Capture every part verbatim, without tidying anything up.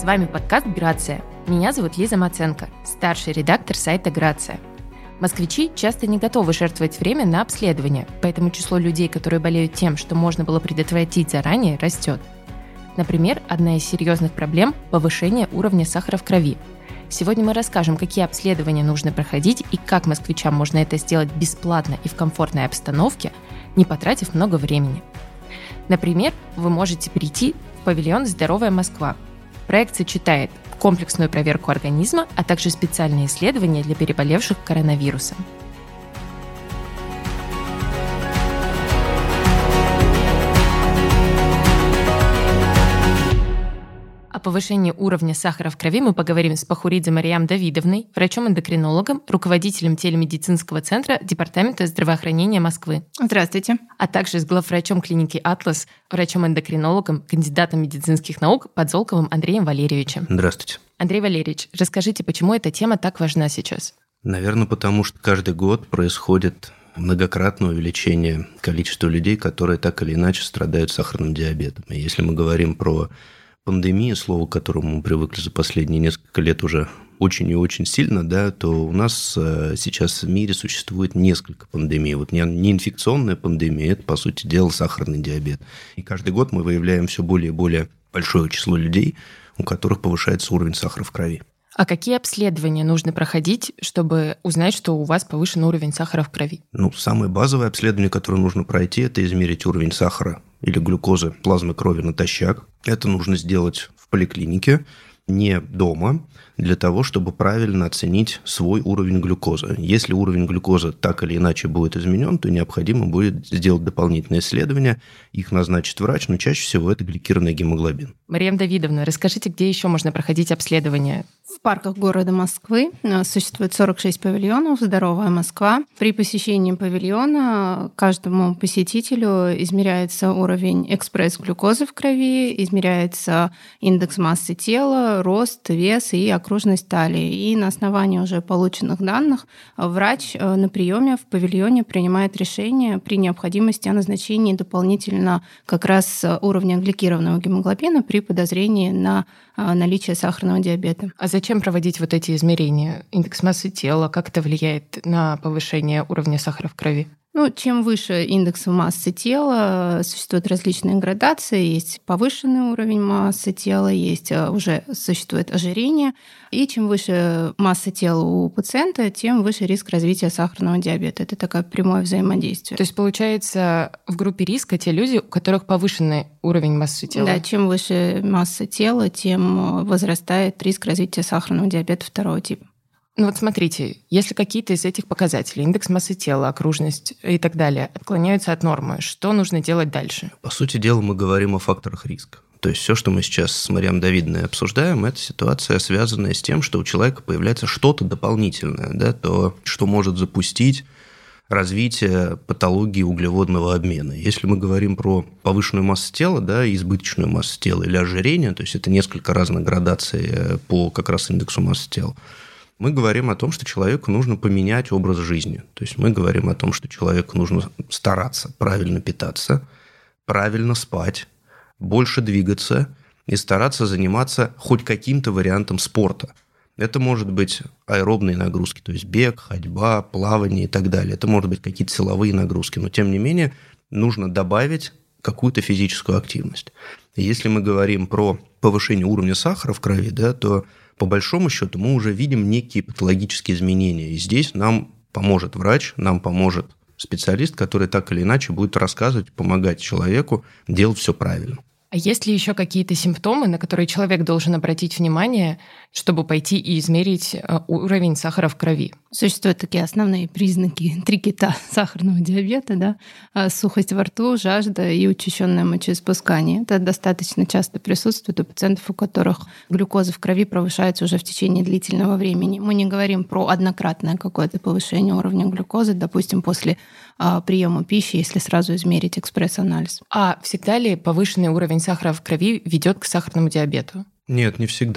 С вами подкаст «Грация». Меня зовут Лиза Маценко, старший редактор сайта «Грация». Москвичи часто не готовы жертвовать время на обследование, поэтому число людей, которые болеют тем, что можно было предотвратить заранее, растет. Например, одна из серьезных проблем – повышение уровня сахара в крови. Сегодня мы расскажем, какие обследования нужно проходить и как москвичам можно это сделать бесплатно и в комфортной обстановке, не потратив много времени. Например, вы можете прийти в павильон «Здоровая Москва». Проект сочетает комплексную проверку организма, а также специальные исследования для переболевших коронавирусом. О повышении уровня сахара в крови мы поговорим с Пахуридзе Мариам Давидовной, врачом-эндокринологом, руководителем телемедицинского центра Департамента здравоохранения Москвы. Здравствуйте. А также с главврачом клиники «Атлас», врачом-эндокринологом, кандидатом медицинских наук Подзолковым Андреем Валерьевичем. Здравствуйте. Андрей Валерьевич, расскажите, почему эта тема так важна сейчас? Наверное, потому что каждый год происходит многократное увеличение количества людей, которые так или иначе страдают сахарным диабетом. И если мы говорим про пандемия, слово, к которому мы привыкли за последние несколько лет уже очень и очень сильно, да, то у нас сейчас в мире существует несколько пандемий. Вот не инфекционная пандемия, это, по сути дела, сахарный диабет. И каждый год мы выявляем все более и более большое число людей, у которых повышается уровень сахара в крови. А какие обследования нужно проходить, чтобы узнать, что у вас повышен уровень сахара в крови? Ну, самое базовое обследование, которое нужно пройти, это измерить уровень сахара или глюкозы плазмы крови натощак. Это нужно сделать в поликлинике, не дома, для того, чтобы правильно оценить свой уровень глюкозы. Если уровень глюкозы так или иначе будет изменен, то необходимо будет сделать дополнительные исследования. Их назначит врач, но чаще всего это гликированный гемоглобин. Мариам Давидовна, расскажите, где еще можно проходить обследования? В парках города Москвы существует сорок шесть павильонов «Здоровая Москва». При посещении павильона каждому посетителю измеряется уровень экспресс-глюкозы в крови, измеряется индекс массы тела, рост, вес и окружность талии. И на основании уже полученных данных врач на приеме в павильоне принимает решение при необходимости о назначении дополнительно как раз уровня гликированного гемоглобина при подозрении на наличие сахарного диабета. А зачем проводить вот эти измерения? Индекс массы тела, как это влияет на повышение уровня сахара в крови? Ну, чем выше индекс массы тела, существуют различные градации. Есть повышенный уровень массы тела, есть уже существует ожирение. И чем выше масса тела у пациента, тем выше риск развития сахарного диабета. Это такое прямое взаимодействие. То есть, получается, в группе риска те люди, у которых повышенный уровень массы тела? Да, чем выше масса тела, тем возрастает риск развития сахарного диабета второго типа. Ну вот смотрите, если какие-то из этих показателей, индекс массы тела, окружность и так далее, отклоняются от нормы, что нужно делать дальше? По сути дела, мы говорим о факторах риска. То есть все, что мы сейчас с Мариам Давидовной обсуждаем, это ситуация, связанная с тем, что у человека появляется что-то дополнительное, да, то, что может запустить развитие патологии углеводного обмена. Если мы говорим про повышенную массу тела, да, избыточную массу тела или ожирение, то есть это несколько разных градаций по как раз индексу массы тела, мы говорим о том, что человеку нужно поменять образ жизни. То есть мы говорим о том, что человеку нужно стараться правильно питаться, правильно спать, больше двигаться и стараться заниматься хоть каким-то вариантом спорта. Это может быть аэробные нагрузки, то есть бег, ходьба, плавание и так далее. Это может быть какие-то силовые нагрузки, но тем не менее нужно добавить какую-то физическую активность. И если мы говорим про повышение уровня сахара в крови, да, то по большому счету мы уже видим некие патологические изменения. И здесь нам поможет врач, нам поможет специалист, который так или иначе будет рассказывать, помогать человеку делать все правильно. А есть ли еще какие-то симптомы, на которые человек должен обратить внимание, чтобы пойти и измерить уровень сахара в крови? Существуют такие основные признаки, три кита сахарного диабета, да? Сухость во рту, жажда и учащенное мочеиспускание. Это достаточно часто присутствует у пациентов, у которых глюкоза в крови повышается уже в течение длительного времени. Мы не говорим про однократное какое-то повышение уровня глюкозы, допустим, после приема пищи, если сразу измерить экспресс-анализ. А всегда ли повышенный уровень сахара в крови ведет к сахарному диабету? Нет, не всегда.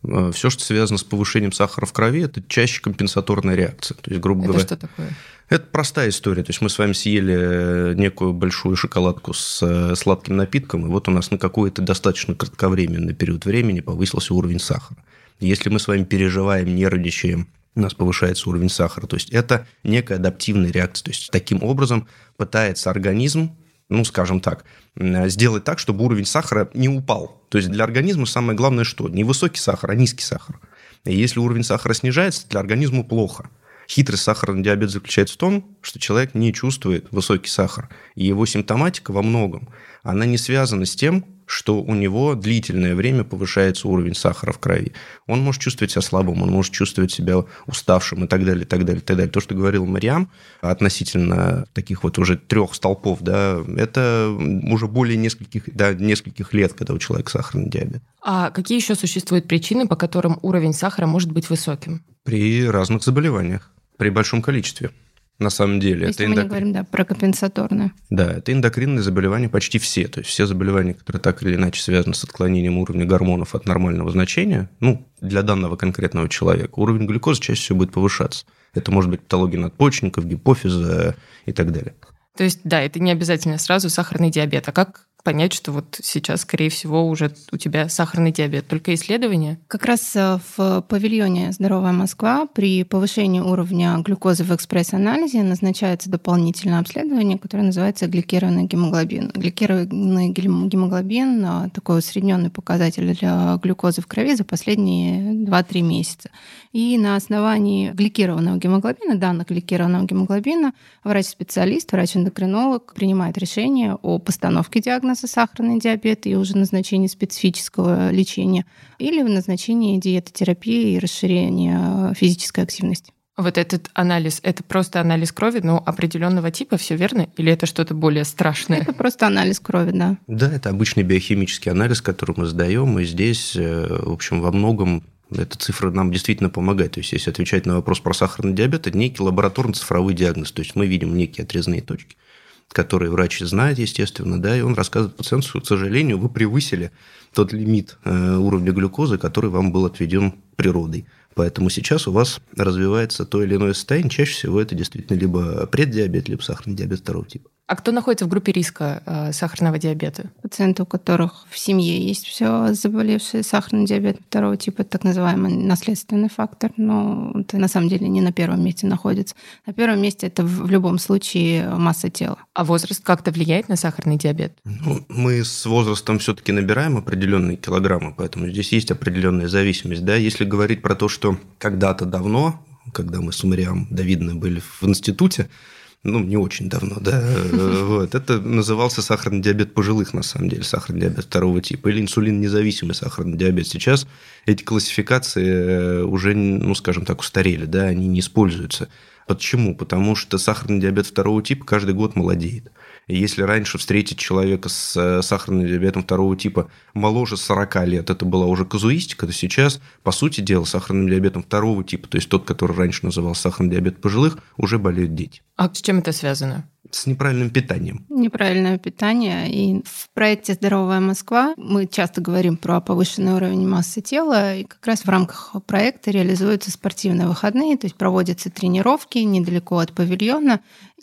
Все, что связано с повышением сахара в крови, это чаще компенсаторная реакция. То есть, грубо это говоря, что такое? Это простая история. То есть мы с вами съели некую большую шоколадку с сладким напитком, и вот у нас на какой-то достаточно кратковременный период времени повысился уровень сахара. Если мы с вами переживаем, нервничаем, у нас повышается уровень сахара. То есть это некая адаптивная реакция. То есть таким образом пытается организм, ну, скажем так, сделать так, чтобы уровень сахара не упал. То есть для организма самое главное что? Не высокий сахар, а низкий сахар. И если уровень сахара снижается, для организма плохо. Хитрость сахарного диабета заключается в том, что человек не чувствует высокий сахар. И его симптоматика во многом, она не связана с тем, что у него длительное время повышается уровень сахара в крови. Он может чувствовать себя слабым, он может чувствовать себя уставшим и так далее, и так далее, и так далее. То, что говорил Мариам относительно таких вот уже трех столпов, да, это уже более нескольких, да, нескольких лет, когда у человека сахарный диабет. А какие еще существуют причины, по которым уровень сахара может быть высоким? При разных заболеваниях, при большом количестве. На самом деле. Если это мы эндок... не говорим, да, про компенсаторные. Да, это эндокринные заболевания почти все. То есть все заболевания, которые так или иначе связаны с отклонением уровня гормонов от нормального значения, ну, для данного конкретного человека, уровень глюкозы чаще всего будет повышаться. Это может быть патология надпочечников, гипофиза и так далее. То есть, да, это не обязательно сразу сахарный диабет. А как понять, что вот сейчас, скорее всего, уже у тебя сахарный диабет? Только исследования? Как раз в павильоне «Здоровая Москва» при повышении уровня глюкозы в экспресс-анализе назначается дополнительное обследование, которое называется гликированный гемоглобин. Гликированный гемоглобин – такой усредненный показатель для глюкозы в крови за последние два-три месяца. И на основании гликированного гемоглобина, данных гликированного гемоглобина, врач-специалист, врач-эндокринолог принимает решение о постановке диагноза сахарный диабет и уже назначении специфического лечения или в назначении диетотерапии и расширения физической активности. Вот этот анализ, это просто анализ крови, но определенного типа, все верно? Или это что-то более страшное? Это просто анализ крови, да. Да, это обычный биохимический анализ, который мы сдаем, и здесь, в общем, во многом эта цифра нам действительно помогает. То есть, если отвечать на вопрос про сахарный диабет, это некий лабораторно-цифровой диагноз. То есть, мы видим некие отрезные точки, которые врач знает, естественно, да, и он рассказывает пациенту, что, к сожалению, вы превысили тот лимит уровня глюкозы, который вам был отведен природой. Поэтому сейчас у вас развивается то или иное состояние. Чаще всего это действительно либо преддиабет, либо сахарный диабет второго типа. А кто находится в группе риска э, сахарного диабета? Пациенты, у которых в семье есть все заболевшие сахарный диабет второго типа, так называемый наследственный фактор, но это на самом деле не на первом месте находится. На первом месте это в любом случае масса тела. А возраст как-то влияет на сахарный диабет? Ну, мы с возрастом все-таки набираем определенные килограммы, поэтому здесь есть определенная зависимость. Да? Если говорить про то, что когда-то давно, когда мы с Мариам Давидовной были в институте, ну, не очень давно, да, вот, это назывался сахарный диабет пожилых, на самом деле, сахарный диабет второго типа, или инсулинонезависимый сахарный диабет. Сейчас эти классификации уже, ну, скажем так, устарели, да, они не используются. Почему? Потому что сахарный диабет второго типа каждый год молодеет. И если раньше встретить человека с сахарным диабетом второго типа моложе сорока лет, это была уже казуистика, то сейчас, по сути дела, сахарным диабетом второго типа, то есть тот, который раньше назывался сахарный диабет пожилых, уже болеют дети. А с чем это связано? С неправильным питанием. Неправильное питание. И в проекте «Здоровая Москва» мы часто говорим про повышенный уровень массы тела, и как раз в рамках проекта реализуются спортивные выходные, то есть проводятся тренировки недалеко от павильона,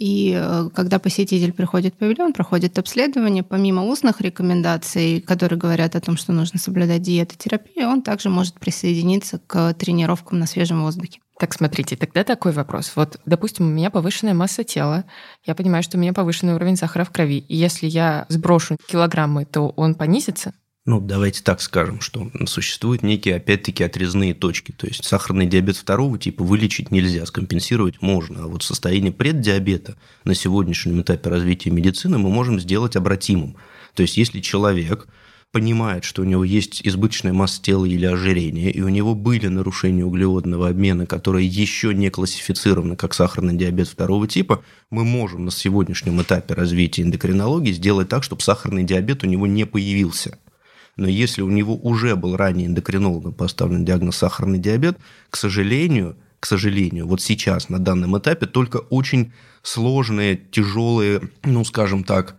и когда посетитель приходит в павильон, проходит обследование, помимо устных рекомендаций, которые говорят о том, что нужно соблюдать диетотерапию, он также может присоединиться к тренировкам на свежем воздухе. Так, смотрите, тогда такой вопрос. Вот, допустим, у меня повышенная масса тела, я понимаю, что у меня повышенный уровень сахара в крови, и если я сброшу килограммы, то он понизится? Ну, давайте так скажем, что существуют некие, опять-таки, отрезные точки. То есть сахарный диабет второго типа вылечить нельзя, скомпенсировать можно. А вот состояние преддиабета на сегодняшнем этапе развития медицины мы можем сделать обратимым. То есть если человек понимает, что у него есть избыточная масса тела или ожирение, и у него были нарушения углеводного обмена, которые еще не классифицированы как сахарный диабет второго типа, мы можем на сегодняшнем этапе развития эндокринологии сделать так, чтобы сахарный диабет у него не появился. Но если у него уже был ранее эндокринологом поставлен диагноз сахарный диабет, к сожалению, к сожалению, вот сейчас на данном этапе только очень сложные, тяжелые, ну, скажем так,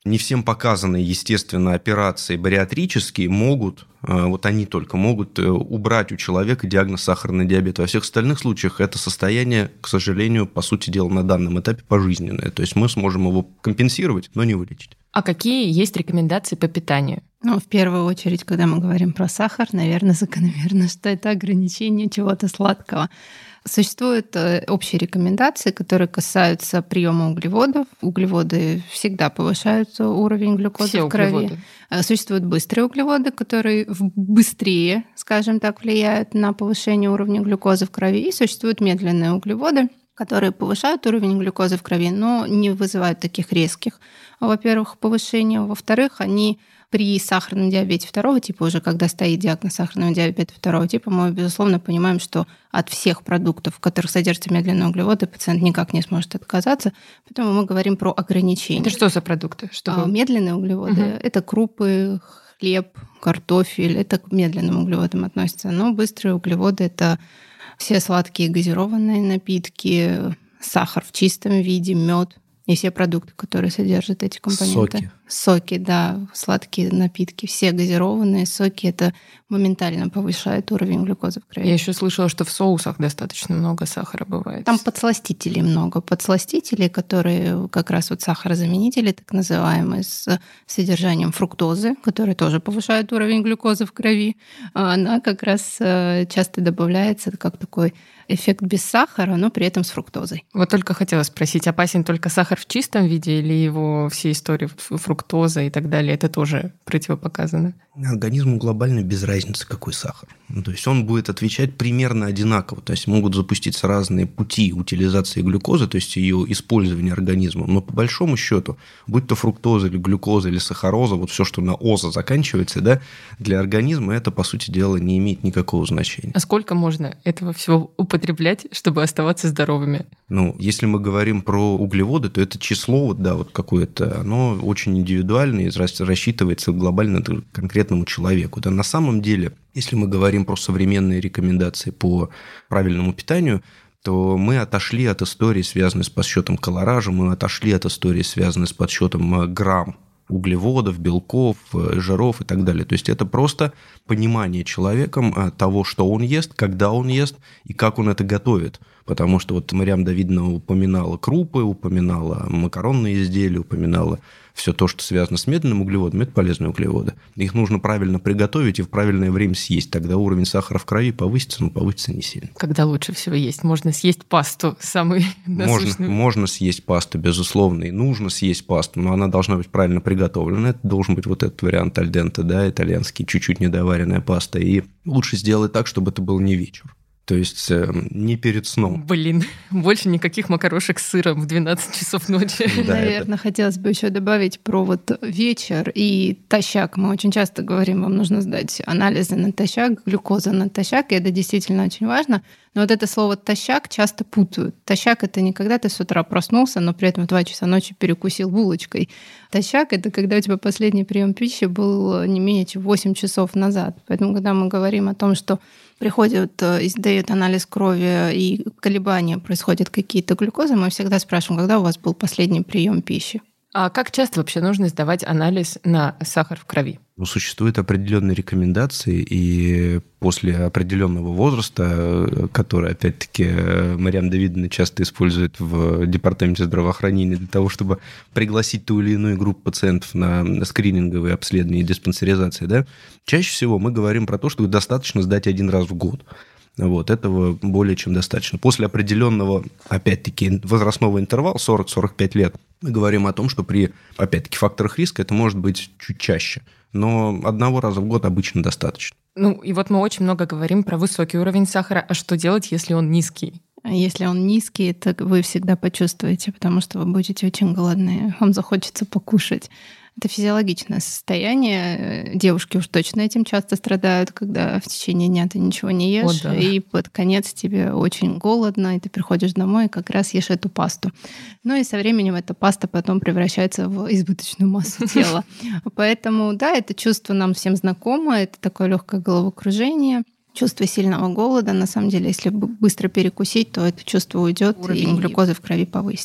не всем показанные, естественно, операции бариатрические могут, вот они только могут убрать у человека диагноз сахарный диабет. Во всех остальных случаях это состояние, к сожалению, по сути дела, на данном этапе пожизненное. То есть мы сможем его компенсировать, но не вылечить. А какие есть рекомендации по питанию? Ну, в первую очередь, когда мы говорим про сахар, наверное, закономерно, что это ограничение чего-то сладкого. Существуют общие рекомендации, которые касаются приема углеводов. Углеводы всегда повышают уровень глюкозы Все в крови. углеводы. Существуют быстрые углеводы, которые быстрее, скажем так, влияют на повышение уровня глюкозы в крови. И существуют медленные углеводы, которые повышают уровень глюкозы в крови, но не вызывают таких резких, во-первых, повышений. Во-вторых, они при сахарном диабете второго типа, уже когда стоит диагноз сахарного диабета второго типа, мы, безусловно, понимаем, что от всех продуктов, в которых содержатся медленные углеводы, пациент никак не сможет отказаться. Поэтому мы говорим про ограничения. Это что за продукты? Что а, медленные углеводы угу. – это крупы, хлеб, картофель. Это к медленным углеводам относится. Но быстрые углеводы – это все сладкие газированные напитки, сахар в чистом виде, мед и все продукты, которые содержат эти компоненты. Соки. Соки, да, сладкие напитки, все газированные соки, это моментально повышает уровень глюкозы в крови. Я еще слышала, что в соусах достаточно много сахара бывает. Там подсластителей много. Подсластителей, которые как раз вот сахарозаменители, так называемые, с содержанием фруктозы, которые тоже повышают уровень глюкозы в крови. Она как раз часто добавляется как такой эффект без сахара, но при этом с фруктозой. Вот только хотела спросить, опасен только сахар в чистом виде или его все истории фруктоза и так далее, это тоже противопоказано? Организму глобально без разницы, какой сахар. Ну, то есть он будет отвечать примерно одинаково. То есть могут запуститься разные пути утилизации глюкозы, то есть ее использования организмом. Но по большому счету, будь то фруктоза или глюкоза или сахароза, вот все, что на оза заканчивается, да, для организма это, по сути дела, не имеет никакого значения. А сколько можно этого всего употреблять, чтобы оставаться здоровыми? Ну, если мы говорим про углеводы, то это число, вот, да, вот какое-то, оно очень индивидуальное и рассчитывается глобально конкретному человеку. Да, на самом деле, если мы говорим про современные рекомендации по правильному питанию, то мы отошли от истории, связанной с подсчетом колоража, мы отошли от истории, связанной с подсчетом грамм углеводов, белков, жиров и так далее. То есть это просто понимание человеком того, что он ест, когда он ест и как он это готовит. Потому что вот Марьям Давидовна упоминала крупы, упоминала макаронные изделия, упоминала все то, что связано с медленным углеводом, это полезные углеводы. Их нужно правильно приготовить и в правильное время съесть. Тогда уровень сахара в крови повысится, но повысится не сильно. Когда лучше всего есть? Можно съесть пасту, самую насущную? Можно, можно съесть пасту, безусловно, и нужно съесть пасту, но она должна быть правильно приготовлена. Это должен быть вот этот вариант аль денте, да, итальянский, чуть-чуть недоваренная паста. И лучше сделать так, чтобы это был не вечер. То есть не перед сном. Блин, больше никаких макарошек с сыром в двенадцать часов ночи. Да, наверное, это... хотелось бы еще добавить про вот вечер и тощак. Мы очень часто говорим, вам нужно сдать анализы на тощак, глюкоза на тощак, и это действительно очень важно. Но вот это слово «тощак» часто путают. Тощак – это не когда ты с утра проснулся, но при этом в два часа ночи перекусил булочкой. Тощак – это когда у тебя последний прием пищи был не менее чем восемь часов назад. Поэтому, когда мы говорим о том, что приходят, сдают анализ крови и колебания, происходят какие-то глюкозы, мы всегда спрашиваем, когда у вас был последний прием пищи. А как часто вообще нужно сдавать анализ на сахар в крови? Ну, существуют определенные рекомендации, и после определенного возраста, который, опять-таки, Марьям Давидовна часто использует в департаменте здравоохранения для того, чтобы пригласить ту или иную группу пациентов на скрининговые обследования и диспансеризации, да, чаще всего мы говорим про то, что достаточно сдать один раз в год. Вот, этого более чем достаточно. После определенного, опять-таки, возрастного интервала, сорок-сорок пять лет, мы говорим о том, что при, опять-таки, факторах риска это может быть чуть чаще. Но одного раза в год обычно достаточно. Ну, и вот мы очень много говорим про высокий уровень сахара. А что делать, если он низкий? Если он низкий, то вы всегда почувствуете, потому что вы будете очень голодные. Вам захочется покушать. Это физиологичное состояние. Девушки уж точно этим часто страдают, когда в течение дня ты ничего не ешь, О, да. и под конец тебе очень голодно, и ты приходишь домой и как раз ешь эту пасту. Ну и со временем эта паста потом превращается в избыточную массу тела. Поэтому, да, это чувство нам всем знакомо, это такое легкое головокружение. Чувство сильного голода. На самом деле, если быстро перекусить, то это чувство уйдет, и глюкоза в крови повысится.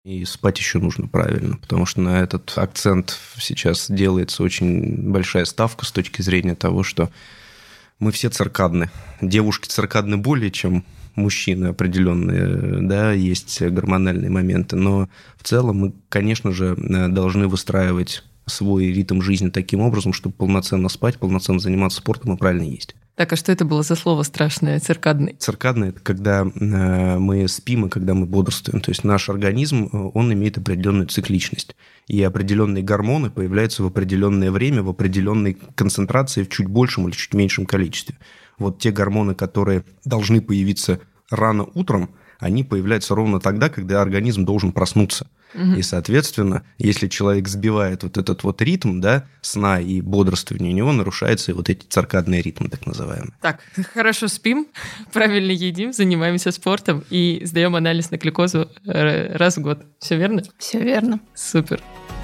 И спать еще нужно правильно, потому что на этот акцент сейчас делается очень большая ставка с точки зрения того, что мы все циркадны. Девушки циркадны более, чем мужчины определенные, да, есть гормональные моменты, но в целом мы, конечно же, должны выстраивать свой ритм жизни таким образом, чтобы полноценно спать, полноценно заниматься спортом и правильно есть. Так, а что это было за слово страшное, циркадный? Циркадный – это когда мы спим и когда мы бодрствуем. То есть наш организм, он имеет определенную цикличность. И определенные гормоны появляются в определенное время, в определенной концентрации, в чуть большем или чуть меньшем количестве. Вот те гормоны, которые должны появиться рано утром, они появляются ровно тогда, когда организм должен проснуться. Угу. И, соответственно, если человек сбивает вот этот вот ритм, да, сна и бодрствования, у него нарушаются и вот эти циркадные ритмы, так называемые. Так, хорошо спим, правильно едим, занимаемся спортом и сдаем анализ на глюкозу раз в год. Все верно? Все верно. Супер.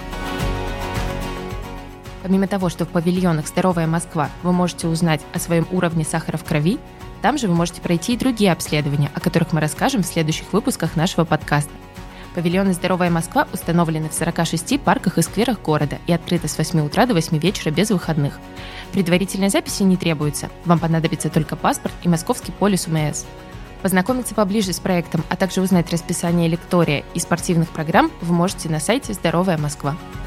Помимо того, что в павильонах «Здоровая Москва» вы можете узнать о своем уровне сахара в крови, там же вы можете пройти и другие обследования, о которых мы расскажем в следующих выпусках нашего подкаста. Павильоны «Здоровая Москва» установлены в сорока шести парках и скверах города и открыты с восьми утра до восьми вечера без выходных. Предварительной записи не требуется, вам понадобится только паспорт и московский полис УМС. Познакомиться поближе с проектом, а также узнать расписание лектория и спортивных программ вы можете на сайте «Здоровая Москва».